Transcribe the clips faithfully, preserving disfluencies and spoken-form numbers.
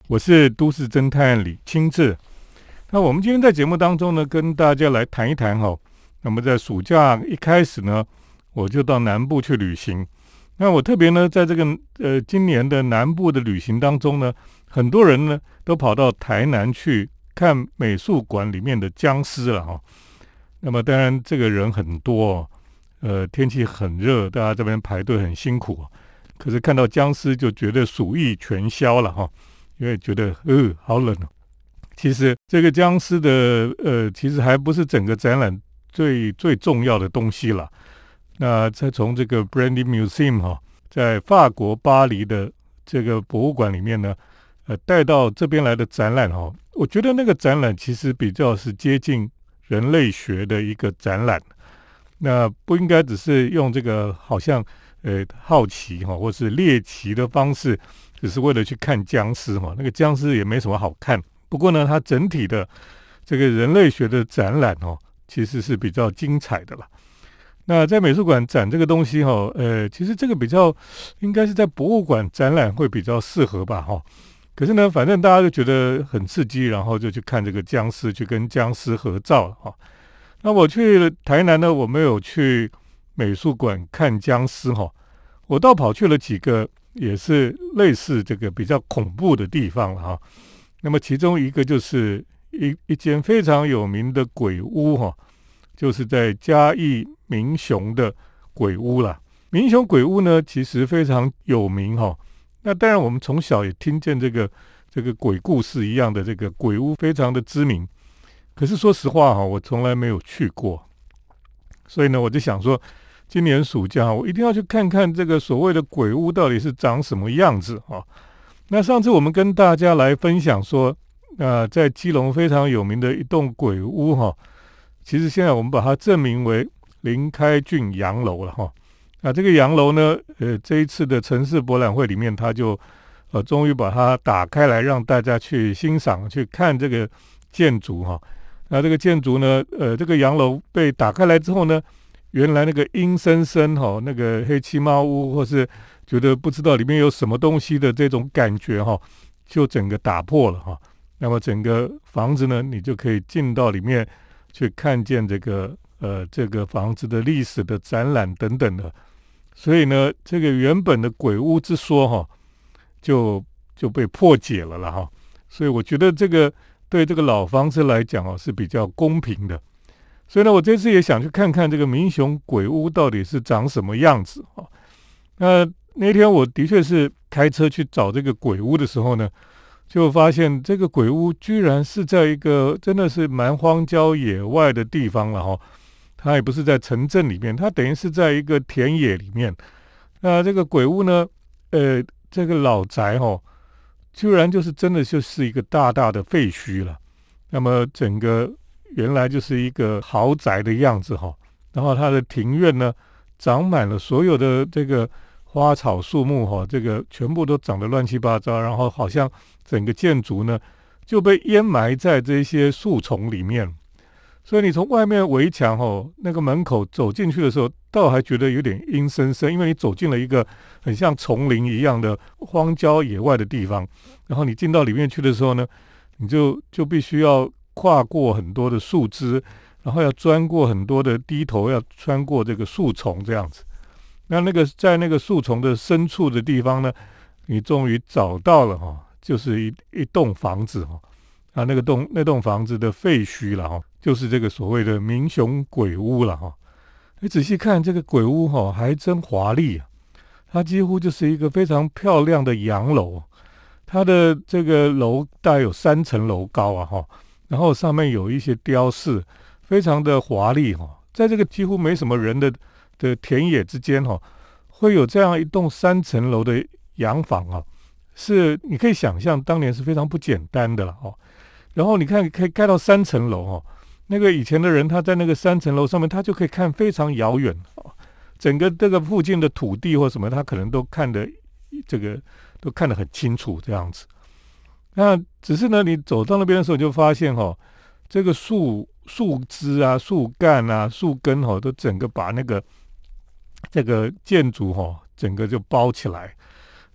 我是都市侦探李清志。那我们今天在节目当中呢，跟大家来谈一谈哈。那么在暑假一开始呢，我就到南部去旅行。那我特别呢，在这个呃今年的南部的旅行当中呢，很多人呢都跑到台南去看美术馆里面的僵尸了哈。那么当然这个人很多哦，呃天气很热，大家这边排队很辛苦，可是看到僵尸就觉得暑意全消了哈。因为觉得呃好冷哦。其实这个僵尸的呃，其实还不是整个展览最最重要的东西了。那再从这个 Brandy Museum 哈、哦，在法国巴黎的这个博物馆里面呢，呃，带到这边来的展览哈、哦，我觉得那个展览其实比较是接近人类学的一个展览。那不应该只是用这个好像呃好奇哈、哦，或是猎奇的方式。只是为了去看僵尸哈，那个僵尸也没什么好看。不过呢，它整体的这个人类学的展览哦，其实是比较精彩的啦。那在美术馆展这个东西哈，呃，其实这个比较应该是在博物馆展览会比较适合吧哈。可是呢，反正大家就觉得很刺激，然后就去看这个僵尸，去跟僵尸合照了哈。那我去台南呢，我没有去美术馆看僵尸哈，我倒跑去了几个。也是类似这个比较恐怖的地方了哈。那么其中一个就是一一间非常有名的鬼屋哈，就是在嘉义民雄的鬼屋啦。民雄鬼屋呢，其实非常有名哈。那当然我们从小也听见这个这个鬼故事一样的这个鬼屋非常的知名。可是说实话哈，我从来没有去过，所以呢，我就想说。今年暑假我一定要去看看这个所谓的鬼屋到底是长什么样子啊！那上次我们跟大家来分享说，呃，在基隆非常有名的一栋鬼屋哈，其实现在我们把它证明为林开俊洋楼了哈。那这个洋楼呢，呃，这一次的城市博览会里面，它就呃终于把它打开来，让大家去欣赏、去看这个建筑哈。那这个建筑呢，呃，这个洋楼被打开来之后呢。原来那个阴森森哈，那个黑漆猫屋，或是觉得不知道里面有什么东西的这种感觉哈，就整个打破了哈。那么整个房子呢，你就可以进到里面去看见这个呃这个房子的历史的展览等等的。所以呢，这个原本的鬼屋之说哈，就就被破解了了哈。所以我觉得这个对这个老房子来讲哦是比较公平的。所以呢，我这次也想去看看这个民雄鬼屋到底是长什么样子啊。那那天我的确是开车去找这个鬼屋的时候呢，就发现这个鬼屋居然是在一个真的是蛮荒郊野外的地方了哈。它也不是在城镇里面，它等于是在一个田野里面。那这个鬼屋呢，呃，这个老宅哈，居然就是真的就是一个大大的废墟了。那么整个原来就是一个豪宅的样子哈，然后它的庭院呢，长满了所有的这个花草树木哈，这个全部都长得乱七八糟，然后好像整个建筑呢就被淹埋在这些树丛里面，所以你从外面围墙哈那个门口走进去的时候，倒还觉得有点阴森森，因为你走进了一个很像丛林一样的荒郊野外的地方，然后你进到里面去的时候呢，你就就必须要。跨过很多的树枝，然后要钻过很多的低头，要穿过这个树丛这样子。那那个在那个树丛的深处的地方呢，你终于找到了哈，就是一一栋房子哈。啊，那个栋那栋房子的废墟了哈，就是这个所谓的民雄鬼屋了哈。你仔细看这个鬼屋哈，还真华丽啊！它几乎就是一个非常漂亮的洋楼，它的这个楼大概有三层楼高啊哈。然后上面有一些雕饰，非常的华丽哈。在这个几乎没什么人的的田野之间哈，会有这样一栋三层楼的洋房啊，是你可以想象当年是非常不简单的了哈。然后你看可以盖到三层楼哈，那个以前的人他在那个三层楼上面，他就可以看非常遥远啊，整个这个附近的土地或什么，他可能都看得这个都看得很清楚这样子。那只是呢，你走到那边的时候，就发现哈、哦，这个树树枝啊、树干啊、树根哈、哦，都整个把那个这个建筑哈、哦，整个就包起来。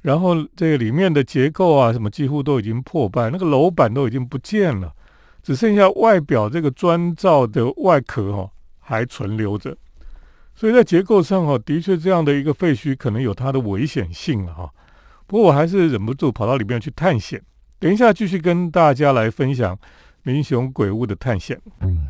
然后这个里面的结构啊什么几乎都已经破败，那个楼板都已经不见了，只剩下外表这个砖造的外壳哦还存留着。所以在结构上哦，的确这样的一个废墟可能有它的危险性了哈。不过我还是忍不住跑到里面去探险。等一下继续跟大家来分享民雄鬼屋的探险。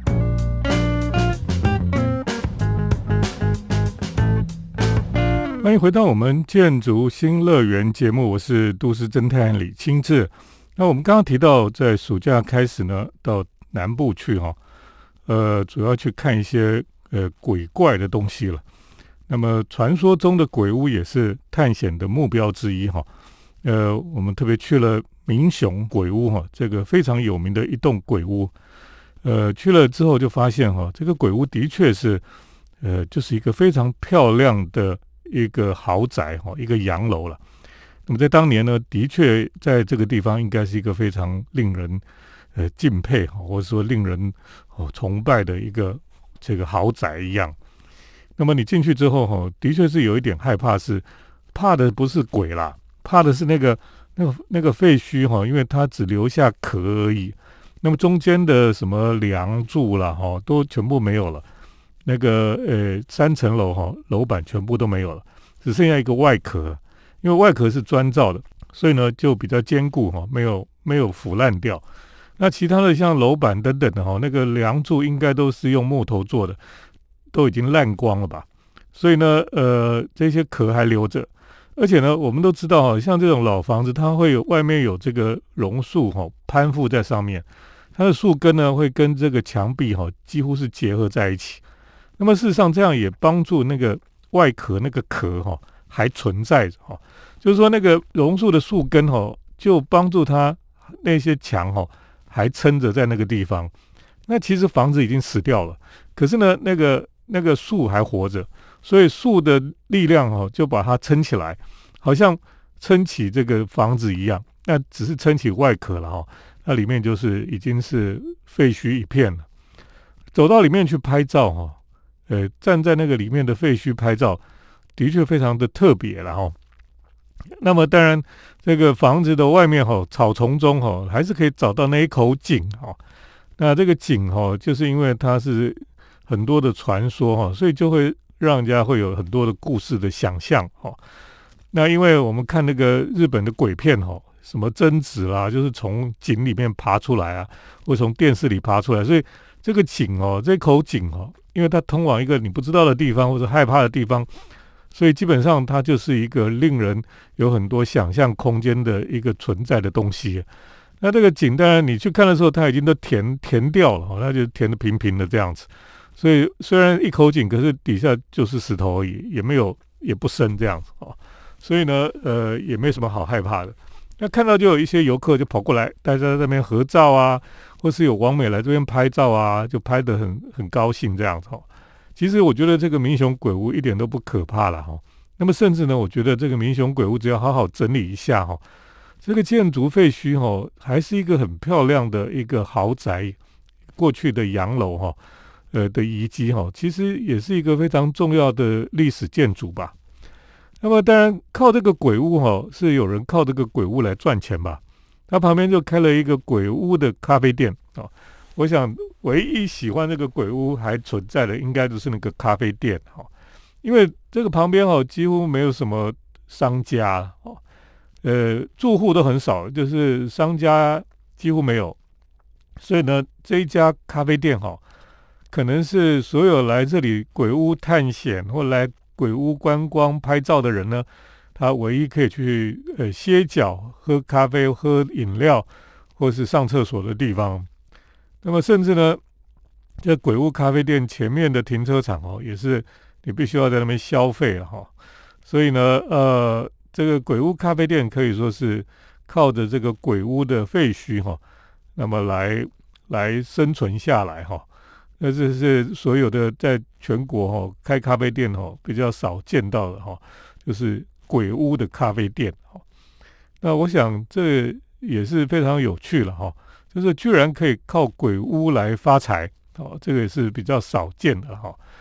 欢迎回到我们建筑新乐园节目，我是都市侦探李清志。那我们刚刚提到，在暑假开始呢，到南部去哈，呃，主要去看一些呃鬼怪的东西了。那么传说中的鬼屋也是探险的目标之一哈。呃，我们特别去了民雄鬼屋哈，这个非常有名的一栋鬼屋。呃，去了之后就发现哈，这个鬼屋的确是呃，就是一个非常漂亮的一个豪宅哈，一个洋楼了。那么在当年呢，的确在这个地方应该是一个非常令人呃敬佩哈，或者说令人哦崇拜的一个这个豪宅一样。那么你进去之后哈，的确是有一点害怕，是怕的不是鬼啦，怕的是那个那个那个废墟哈，因为它只留下壳而已。那么中间的什么梁柱啦哈，都全部没有了。那个呃三层楼哈，楼板全部都没有了，只剩下一个外壳。因为外壳是砖造的，所以呢就比较坚固哈，没有没有腐烂掉。那其他的像楼板等等的哈，那个梁柱应该都是用木头做的，都已经烂光了吧。所以呢，呃，这些壳还留着。而且呢，我们都知道哈，像这种老房子，它会有外面有这个榕树哈攀附在上面，它的树根呢会跟这个墙壁哈几乎是结合在一起。那么事实上，这样也帮助那个外壳那个壳哈还存在着哈，就是说那个榕树的树根哈，就帮助它那些墙哈还撑着在那个地方。那其实房子已经死掉了，可是呢，那个那个树还活着，所以树的力量哈就把它撑起来，好像撑起这个房子一样。那只是撑起外壳了哈，那里面就是已经是废墟一片了。走到里面去拍照哈。呃，站在那个里面的废墟拍照，的确非常的特别了哈。那么当然，这个房子的外面哈，草丛中哈，还是可以找到那一口井哈。那这个井哈，就是因为它是很多的传说哈，所以就会让人家会有很多的故事的想象哈。那因为我们看那个日本的鬼片哈，什么贞子啦，就是从井里面爬出来啊，或从电视里爬出来，所以这个井哦，这口井哦。因为它通往一个你不知道的地方或者害怕的地方，所以基本上它就是一个令人有很多想象空间的一个存在的东西。那这个井当然你去看的时候，它已经都填填掉了，它就填得平平的这样子。所以虽然一口井，可是底下就是石头而已，也没有也不深这样子哦。所以呢，呃，也没什么好害怕的。那看到就有一些游客就跑过来，大家在那边合照啊。或是有网美来这边拍照啊，就拍得很很高兴这样子哈。其实我觉得这个民雄鬼屋一点都不可怕了哈。那么甚至呢，我觉得这个民雄鬼屋只要好好整理一下哈，这个建筑废墟哈，还是一个很漂亮的一个豪宅，过去的洋楼哈，呃的遗迹哈，其实也是一个非常重要的历史建筑吧。那么当然靠这个鬼屋哈，是有人靠这个鬼屋来赚钱吧。他旁边就开了一个鬼屋的咖啡店啊，我想唯一喜欢这个鬼屋还存在的，应该就是那个咖啡店哈，因为这个旁边哈几乎没有什么商家哦，呃，住户都很少，就是商家几乎没有，所以呢，这一家咖啡店哈，可能是所有来这里鬼屋探险或来鬼屋观光拍照的人呢。他唯一可以去呃歇脚、喝咖啡、喝饮料，或是上厕所的地方。那么甚至呢，这鬼屋咖啡店前面的停车场哦，也是你必须要在那边消费了哈。所以呢，呃，这个鬼屋咖啡店可以说是靠着这个鬼屋的废墟哈，那么来来生存下来哈。那这是所有的在全国哈开咖啡店哈比较少见到的哈，就是鬼屋的咖啡店哈。那我想这也是非常有趣了哈，就是居然可以靠鬼屋来发财哦，这个也是比较少见的哈。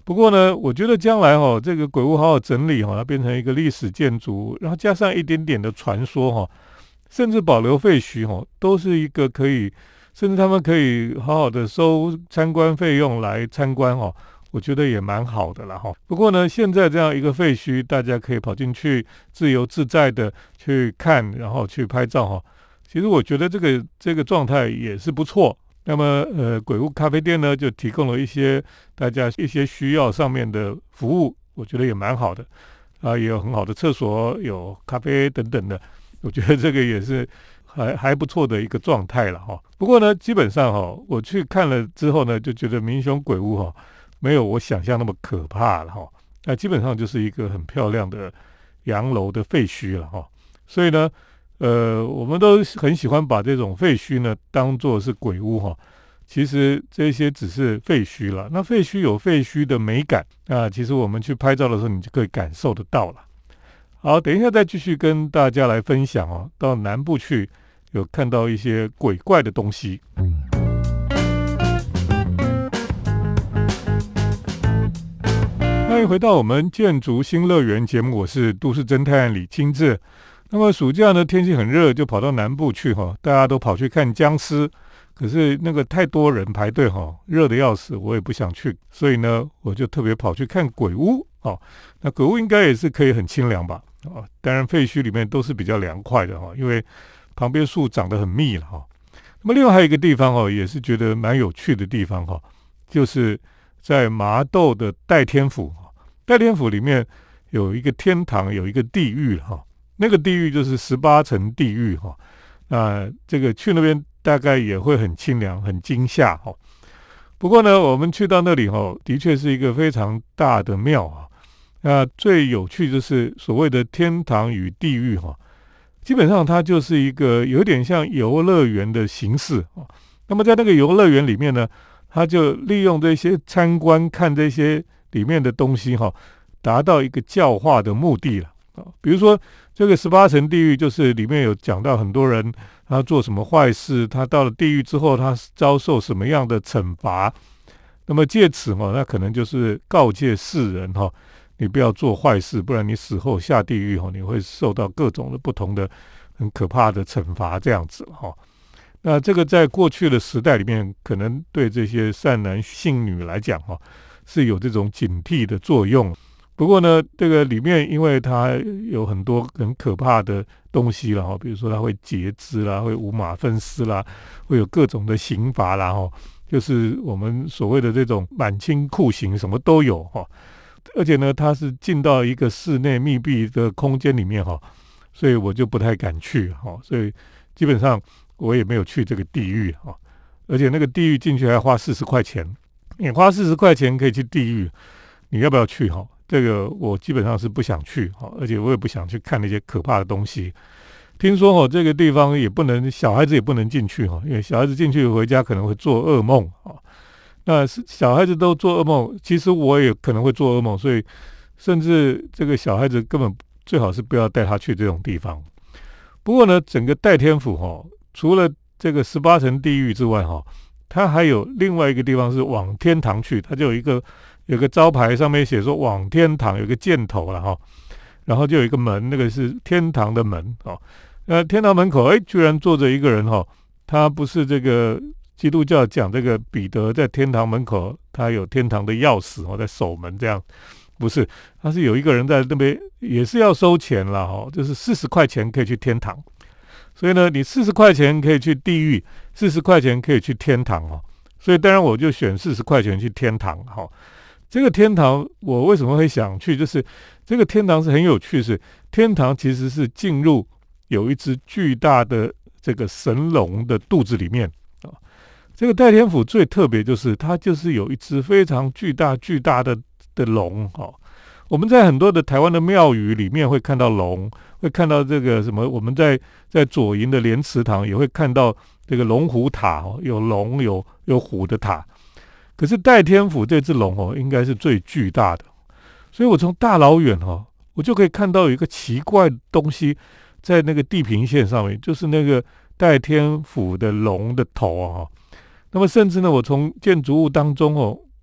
不过呢，我觉得将来哦，这个鬼屋好好整理哈、哦，它变成一个历史建筑，然后加上一点点的传说哈、哦，甚至保留废墟哈、哦，都是一个可以，甚至他们可以好好的收参观费用来参观哦，我觉得也蛮好的了哈。不过呢，现在这样一个废墟，大家可以跑进去自由自在的去看，然后去拍照哈。其实我觉得这个这个状态也是不错。那么呃，鬼屋咖啡店呢，就提供了一些大家一些需要上面的服务，我觉得也蛮好的啊，也有很好的厕所，有咖啡等等的，我觉得这个也是还还不错的一个状态了哈。不过呢，基本上哈，我去看了之后呢，就觉得民雄鬼屋哈没有我想象那么可怕了哈。那基本上就是一个很漂亮的洋楼的废墟了哈。所以呢，呃，我们都很喜欢把这种废墟呢当作是鬼屋哈。其实这些只是废墟了，那废墟有废墟的美感啊，其实我们去拍照的时候，你就可以感受得到了。好，等一下再继续跟大家来分享哦，到南部去有看到一些鬼怪的东西。欢迎回到我们建筑新乐园节目，我是都市侦探李清志。那么暑假呢，天气很热，就跑到南部去哈，大家都跑去看僵尸。可是那个太多人排队哈，热得要死，我也不想去，所以呢，我就特别跑去看鬼屋哦。那鬼屋应该也是可以很清凉吧？哦，当然废墟里面都是比较凉快的哈，因为旁边树长得很密了哈。那么另外还有一个地方哦，也是觉得蛮有趣的地方哈，就是在麻豆的代天府。代天府里面有一个天堂，有一个地狱哈。那个地狱就是十八层地狱哈。那这个去那边大概也会很清凉，很惊吓哈。不过呢，我们去到那里哈，的确是一个非常大的庙啊。那最有趣就是所谓的天堂与地狱哈，基本上它就是一个有点像游乐园的形式啊。那么在那个游乐园里面呢，它就利用这些参观看这些里面的东西哈，达到一个教化的目的了啊。比如说这个十八层地狱，就是里面有讲到很多人他做什么坏事，他到了地狱之后，他遭受什么样的惩罚。那么借此哈，那可能就是告诫世人哈，你不要做坏事，不然你死后下地狱哈，你会受到各种的不同的很可怕的惩罚这样子哈。那这个在过去的时代里面，可能对这些善男信女来讲哈，是有这种警惕的作用。不过呢，这个里面因为它有很多很可怕的东西了哈，比如说它会截肢啦，会五马分尸啦，会有各种的刑罚啦哈，就是我们所谓的这种满清酷刑，什么都有哈。而且呢，它是进到一个室内密闭的空间里面哈，所以我就不太敢去哈，所以基本上我也没有去这个地狱哈。而且那个地狱进去还要花四十块钱，你花四十块钱可以去地狱，你要不要去哈？这个我基本上是不想去哈，而且我也不想去看那些可怕的东西。听说哦，这个地方也不能小孩子也不能进去哈，因为小孩子进去回家可能会做噩梦啊。那小孩子都做噩梦，其实我也可能会做噩梦，所以甚至这个小孩子根本最好是不要带他去这种地方。不过呢，整个代天府哈，除了这个十八层地狱之外哈，它还有另外一个地方是往天堂去，它就有一个有个招牌上面写说往天堂，有个箭头了哈，然后就有一个门，那个是天堂的门哦。那天堂门口哎，居然坐着一个人哈，他不是这个基督教讲这个彼得在天堂门口，他有天堂的钥匙哦，在守门这样，不是，他是有一个人在那边也是要收钱了哈，就是四十块钱可以去天堂。所以呢，你四十块钱可以去地狱，四十块钱可以去天堂哦。所以当然我就选四十块钱去天堂哈。这个天堂我为什么会想去？就是这个天堂是很有趣，是天堂其实是进入有一只巨大的这个神龙的肚子里面啊。这个代天府最特别就是它就是有一只非常巨大巨大的的龙哈。我们在很多的台湾的庙宇里面会看到龙，会看到这个什么，我们在在左营的莲池堂也会看到这个龙虎塔哦，有龙有有虎的塔。可是代天府这只龙哦，应该是最巨大的，所以我从大老远哦，我就可以看到有一个奇怪的东西在那个地平线上面，就是那个代天府的龙的头啊。那么甚至呢，我从建筑物当中哦，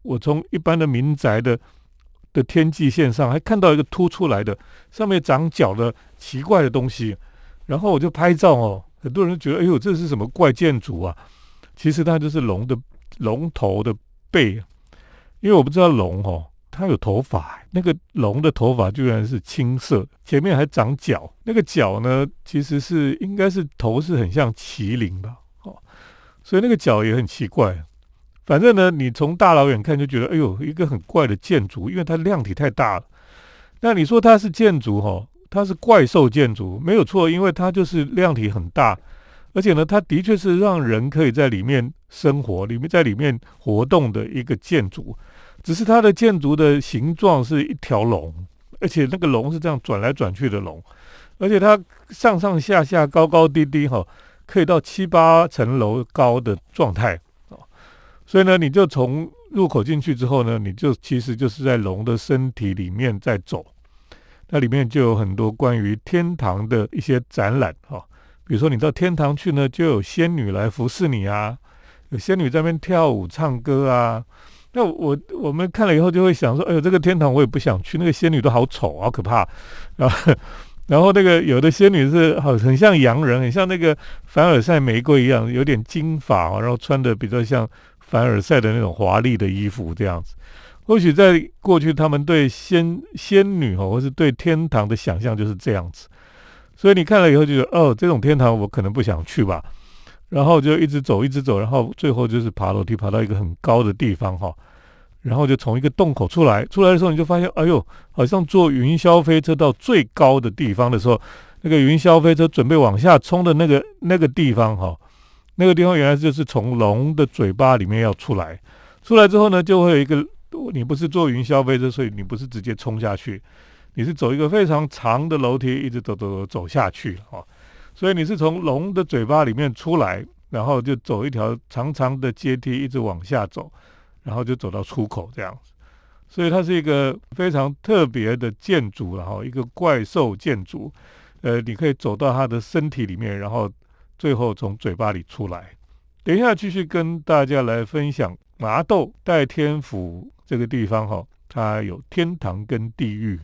我从一般的民宅的的天际线上还看到一个凸出来的上面长角的奇怪的东西，然后我就拍照哦，很多人觉得哎呦这是什么怪建筑啊，其实它就是龙的龙头的背，因为我不知道龙哦它有头发，那个龙的头发居然是青色的，前面还长角，那个角呢其实是应该是头是很像麒麟吧，哦，所以那个角也很奇怪。反正呢你从大老远看就觉得哎呦一个很怪的建筑，因为它量体太大了。那你说它是建筑哦，它是怪兽建筑没有错，因为它就是量体很大，而且呢它的确是让人可以在里面生活，里面在里面活动的一个建筑，只是它的建筑的形状是一条龙，而且那个龙是这样转来转去的龙，而且它上上下下高高低低哈，可以到七八层楼高的状态。所以呢你就从入口进去之后呢，你就其实就是在龙的身体里面在走，那里面就有很多关于天堂的一些展览哈，比如说你到天堂去呢，就有仙女来服侍你啊，有仙女在那边跳舞唱歌啊。那我我们看了以后就会想说，哎呦这个天堂我也不想去，那个仙女都好丑好可怕，然后然后那个有的仙女是好很像洋人，很像那个凡尔赛玫瑰一样，有点金发，然后穿的比较像凡尔赛的那种华丽的衣服这样子。或许在过去他们对仙仙女或是对天堂的想象就是这样子，所以你看了以后就觉得哦这种天堂我可能不想去吧，然后就一直走一直走，然后最后就是爬楼梯爬到一个很高的地方哈，然后就从一个洞口出来，出来的时候你就发现哎呦好像坐云霄飞车到最高的地方的时候，那个云霄飞车准备往下冲的那个那个地方哈，那个地方原来就是从龙的嘴巴里面要出来，出来之后呢就会有一个，你不是坐云霄飞车，所以你不是直接冲下去，你是走一个非常长的楼梯一直走走走下去哈，所以你是从龙的嘴巴里面出来，然后就走一条长长的阶梯一直往下走，然后就走到出口这样子。所以它是一个非常特别的建筑，然后一个怪兽建筑，呃，你可以走到它的身体里面，然后最后从嘴巴里出来。等一下继续跟大家来分享麻豆代天府这个地方哈，它有天堂跟地狱。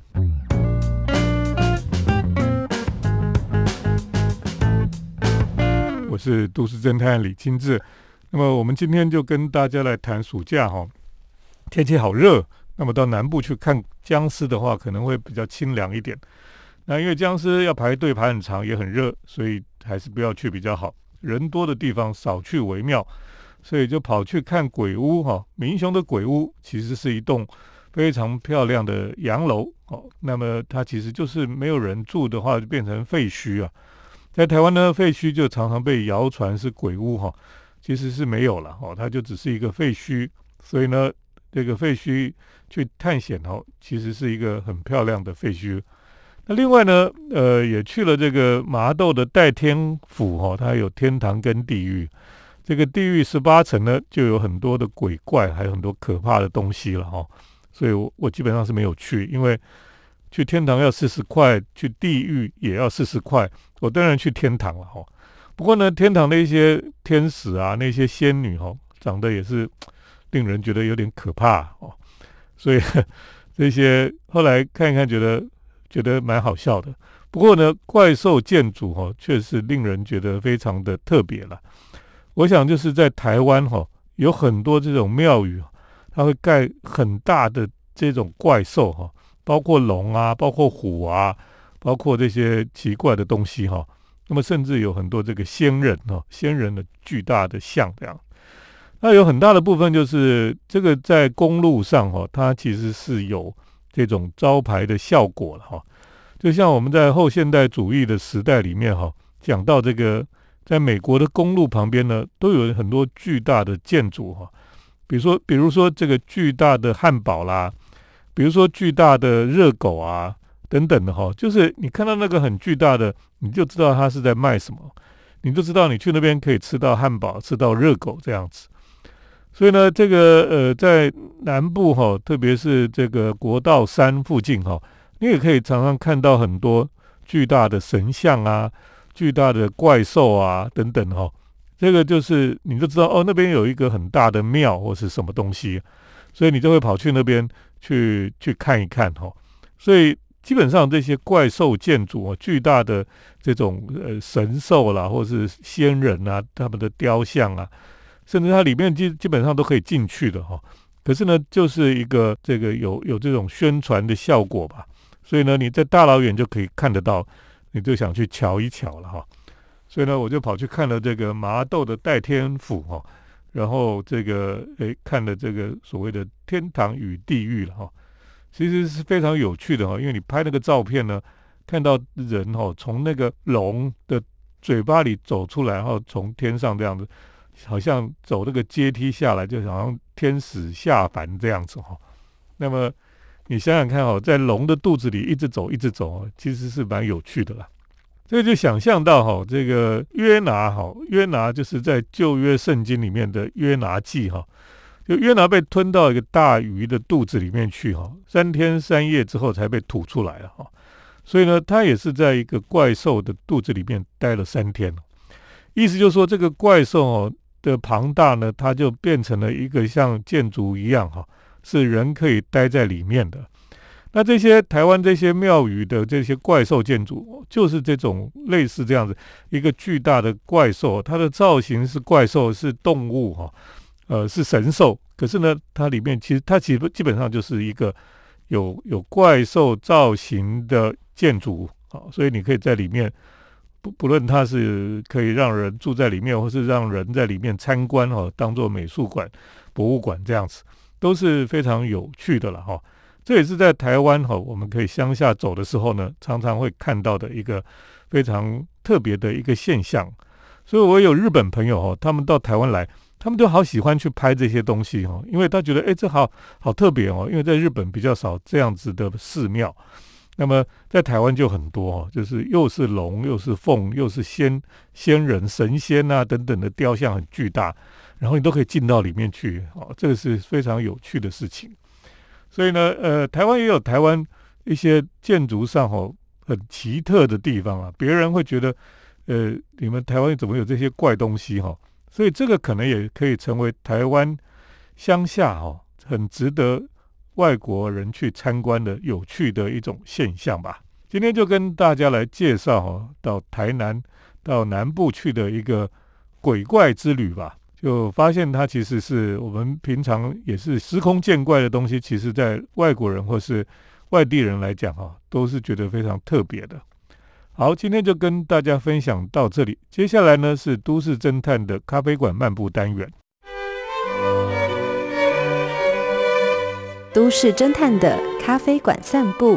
我是都市侦探李清志，那么我们今天就跟大家来谈暑假哈，天气好热，那么到南部去看僵尸的话，可能会比较清凉一点。那因为僵尸要排队排很长，也很热，所以还是不要去比较好。人多的地方少去为妙，所以就跑去看鬼屋哈。民雄的鬼屋其实是一栋非常漂亮的洋楼哦，那么它其实就是没有人住的话，就变成废墟啊。在台湾呢，废墟就常常被谣传是鬼屋哈，其实是没有了哦，它就只是一个废墟。所以呢，这个废墟去探险哦，其实是一个很漂亮的废墟。那另外呢，呃，也去了这个麻豆的代天府哈，它有天堂跟地狱。这个地狱十八层呢，就有很多的鬼怪，还有很多可怕的东西了哈。所以我我基本上是没有去，因为去天堂要四十块，去地狱也要四十块，我当然去天堂了哈。不过呢，天堂的一些天使啊，那些仙女哈，长得也是令人觉得有点可怕哦。所以这些后来看一看，觉得。觉得蛮好笑的，不过呢，怪兽建筑哈、哦，确实令人觉得非常的特别了。我想就是在台湾哈、哦，有很多这种庙宇，它会盖很大的这种怪兽哈、哦，包括龙啊，包括虎啊，包括这些奇怪的东西哈、哦。那么甚至有很多这个仙人哈、哦，仙人的巨大的像这样。那有很大的部分就是这个在公路上哈、哦，它其实是有这种招牌的效果了哈，就像我们在后现代主义的时代里面哈，讲到这个，在美国的公路旁边呢，都有很多巨大的建筑哈，比如说，比如说这个巨大的汉堡啦，比如说巨大的热狗啊等等的哈，就是你看到那个很巨大的，你就知道它是在卖什么，你就知道你去那边可以吃到汉堡，吃到热狗这样子。所以呢，这个呃，在南部哈，特别是这个国道三附近哈，你也可以常常看到很多巨大的神像啊、巨大的怪兽啊等等哈。这个就是你就知道哦，那边有一个很大的庙或是什么东西。 所以你就会跑去那边去去看一看哈。所以基本上这些怪兽建筑啊，巨大的这种呃神兽啦，或是仙人啊，他们的雕像啊，甚至它里面基基本上都可以进去的哈。可是呢，就是一个这个有有这种宣传的效果吧，所以呢，你在大老远就可以看得到，你就想去瞧一瞧了哈。所以呢，我就跑去看了这个麻豆的代天府哈，然后这个诶看了这个所谓的天堂与地狱了哈。其实是非常有趣的哈，因为你拍那个照片呢，看到人哈从那个龙的嘴巴里走出来，然后从天上这样子，好像走那个阶梯下来，就好像天使下凡这样子哈。那么你想想看哦，在龙的肚子里一直走一直走，其实是蛮有趣的啦。这就想象到哈，这个约拿哈，约拿就是在旧约圣经里面的约拿记哈。就约拿被吞到一个大鱼的肚子里面去哈，三天三夜之后才被吐出来了哈，所以呢，他也是在一个怪兽的肚子里面待了三天。意思就是说，这个怪兽哦的庞大呢，它就变成了一个像建筑一样哈，是人可以待在里面的。那这些台湾这些庙宇的这些怪兽建筑，就是这种类似这样子一个巨大的怪兽，它的造型是怪兽，是动物哈。呃，是神兽，可是呢，它里面其实它其实基本上就是一个有有怪兽造型的建筑啊，所以你可以在里面，不不论它是可以让人住在里面，或是让人在里面参观哈，当做美术馆、博物馆这样子，都是非常有趣的了哈。这也是在台湾哈，我们可以乡下走的时候呢，常常会看到的一个非常特别的一个现象。所以我有日本朋友哈，他们到台湾来。他们都好喜欢去拍这些东西哈，因为他觉得哎，这好好特别哦，因为在日本比较少这样子的寺庙，那么在台湾就很多哦，就是又是龙又是凤又是仙仙人神仙啊等等的雕像很巨大，然后你都可以进到里面去哦，这个是非常有趣的事情。所以呢，呃，台湾也有台湾一些建筑上哦很奇特的地方啊，别人会觉得呃，你们台湾怎么有这些怪东西哈？所以这个可能也可以成为台湾乡下哈、哦、很值得外国人去参观的有趣的一种现象吧。今天就跟大家来介绍哈、哦，到台南到南部去的一个鬼怪之旅吧。就发现它其实是我们平常也是司空见惯的东西，其实在外国人或是外地人来讲哈、哦，都是觉得非常特别的。好，今天就跟大家分享到这里。接下来呢是都市侦探的咖啡馆漫步单元。 都市侦探的咖啡馆散步。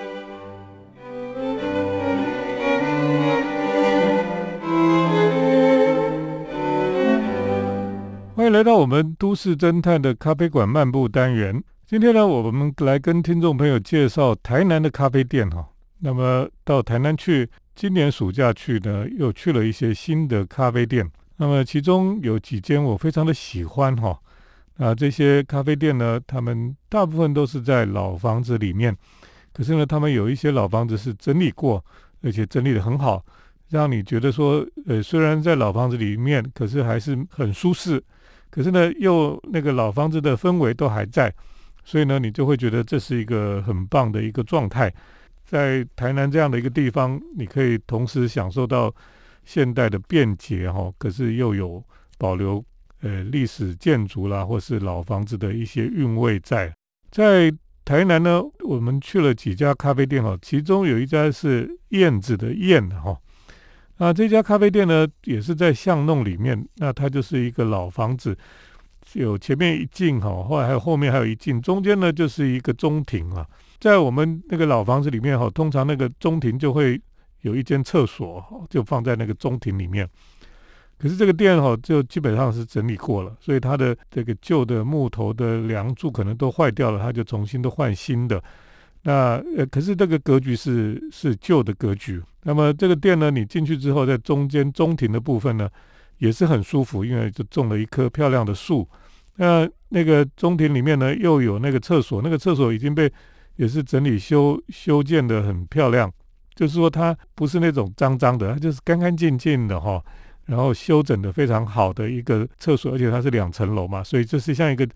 欢迎来到我们都市侦探的咖啡馆漫步单元。今天呢，我们来跟听众朋友介绍台南的咖啡店哈。那么到台南去，今年暑假去呢，又去了一些新的咖啡店。那么其中有几间我非常的喜欢哈。那这些咖啡店呢，他们大部分都是在老房子里面，可是呢，他们有一些老房子是整理过，而且整理得很好，让你觉得说，呃，虽然在老房子里面，可是还是很舒适。可是呢，又那个老房子的氛围都还在，所以呢，你就会觉得这是一个很棒的一个状态。在台南这样的一个地方，你可以同时享受到现代的便捷哈，可是又有保留呃历史建筑啦，或是老房子的一些韵味在。在台南呢，我们去了几家咖啡店哈，其中有一家是燕子的燕哈。那这家咖啡店呢，也是在巷弄里面，那它就是一个老房子，有前面一进哈，后来还有后面还有一进，中间呢就是一个中庭啊。在我们那个老房子里面哈，通常那个中庭就会有一间厕所，就放在那个中庭里面。可是这个店哈，就基本上是整理过了，所以它的这个旧的木头的梁柱可能都坏掉了，它就重新都换新的。那呃，可是这个格局是是旧的格局。那么这个店呢，你进去之后，在中间中庭的部分呢，也是很舒服，因为就种了一棵漂亮的树。那那个中庭里面呢，又有那个厕所，那个厕所已经被也是整理修修建的很漂亮，就是说它不是那种脏脏的，它就是干干净净的哈，然后修整的非常好的一个厕所，而且它是两层楼嘛，所以这是像一个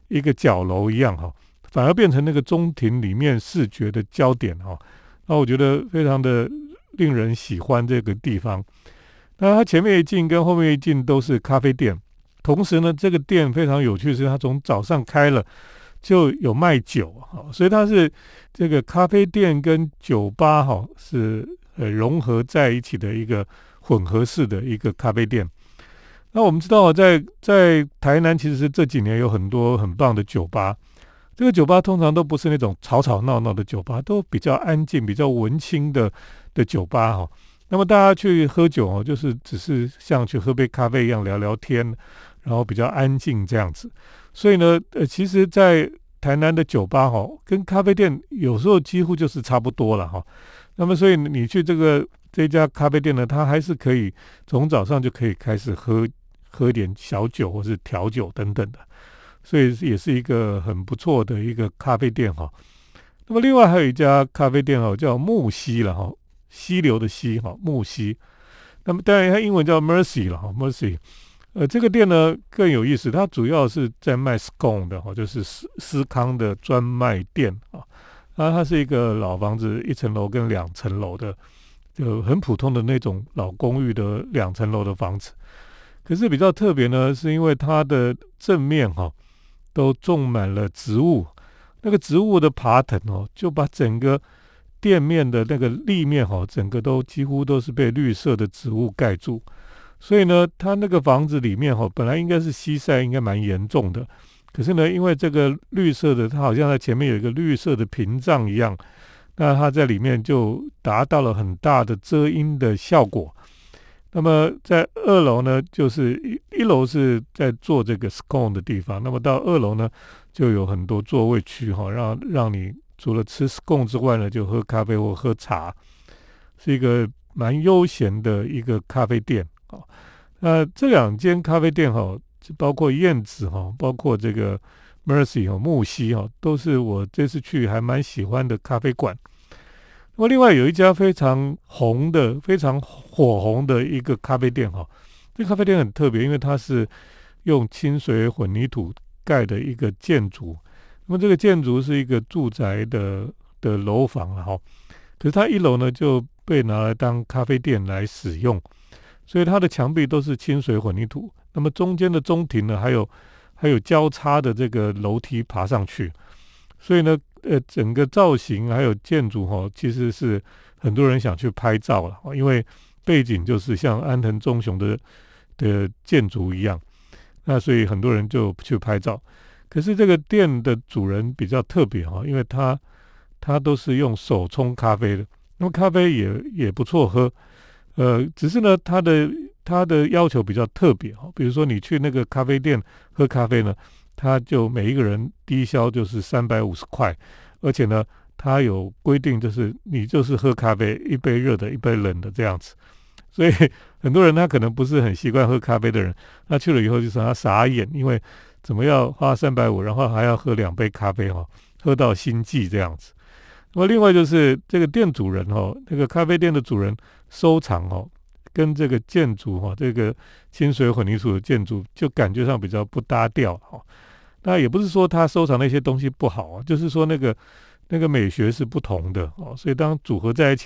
一个角楼一样哈，反而变成那个中庭里面视觉的焦点哈。那我觉得非常的令人喜欢这个地方。那它前面一进跟后面一进都是咖啡店，同时呢，这个店非常有趣，是它从早上开了就有卖酒哈，所以它是这个咖啡店跟酒吧哈是呃融合在一起的一个混合式的一个咖啡店。那我们知道在在台南其实是这几年有很多很棒的酒吧，这个酒吧通常都不是那种吵吵闹闹的酒吧，都比较安静比较文青的的酒吧哈。那么大家去喝酒哦，就是只是像去喝杯咖啡一样聊聊天，然后比较安静这样子。所以呢呃其实在台南的酒吧哈跟咖啡店有时候几乎就是差不多了哈。那么所以你去这个这家咖啡店呢，它还是可以从早上就可以开始喝喝一点小酒或是调酒等等的，所以也是一个很不错的一个咖啡店哈。那么另外还有一家咖啡店哦，叫木溪了哈，溪流的溪哈，木溪。那么当然它英文叫 Mercy 了哈 ，Mercy。呃，这个店呢更有意思，它主要是在卖 scone 的哈，就是司司康的专卖店啊。啊，它是一个老房子，一层楼跟两层楼的，就很普通的那种老公寓的两层楼的房子。可是比较特别呢，是因为它的正面哈、哦、都种满了植物，那个植物的爬藤哦，就把整个店面的那个立面哈、哦，整个都几乎都是被绿色的植物盖住。所以呢，它那个房子里面哈、哦，本来应该是西晒，应该蛮严重的。可是呢，因为这个绿色的，它好像在前面有一个绿色的屏障一样，那它在里面就达到了很大的遮阴的效果。那么在二楼呢，就是一一楼是在做这个 scone 的地方，那么到二楼呢，就有很多座位区哈，让让你除了吃 scone 之外呢，就喝咖啡或喝茶，是一个蛮悠闲的一个咖啡店啊。那这两间咖啡店哈，包括燕子哈，包括这个 Mercy 哈、木溪哈，都是我这次去还蛮喜欢的咖啡馆。那么另外有一家非常红的、非常火红的一个咖啡店哈，这个咖啡店很特别，因为它是用清水混凝土盖的一个建筑。那么这个建筑是一个住宅的的楼房哈，可是它一楼呢就被拿来当咖啡店来使用，所以它的墙壁都是清水混凝土。那么中间的中庭呢，还有还有交叉的这个楼梯爬上去，所以呢。呃，整个造型还有建筑哈、哦，其实是很多人想去拍照了，因为背景就是像安藤忠雄的的建筑一样，那所以很多人就去拍照。可是这个店的主人比较特别哈、哦，因为他他都是用手冲咖啡的，那么咖啡也也不错喝，呃，只是呢，他的他的要求比较特别哈、哦，比如说你去那个咖啡店喝咖啡呢。他就每一个人低消就是三百五十块，而且呢，他有规定，就是你就是喝咖啡，一杯热的，一杯冷的这样子。所以很多人他可能不是很习惯喝咖啡的人，他去了以后就说他傻眼，因为怎么要花三百五，然后还要喝两杯咖啡哈，喝到心悸这样子。那么另外就是这个店主人哈，那个咖啡店的主人收藏哈，跟这个建筑哈，这个清水混凝土的建筑就感觉上比较不搭调哈。那也不是说他收藏那些东西不好啊，就是说那个那个美学是不同的哦，所以当组合在一起。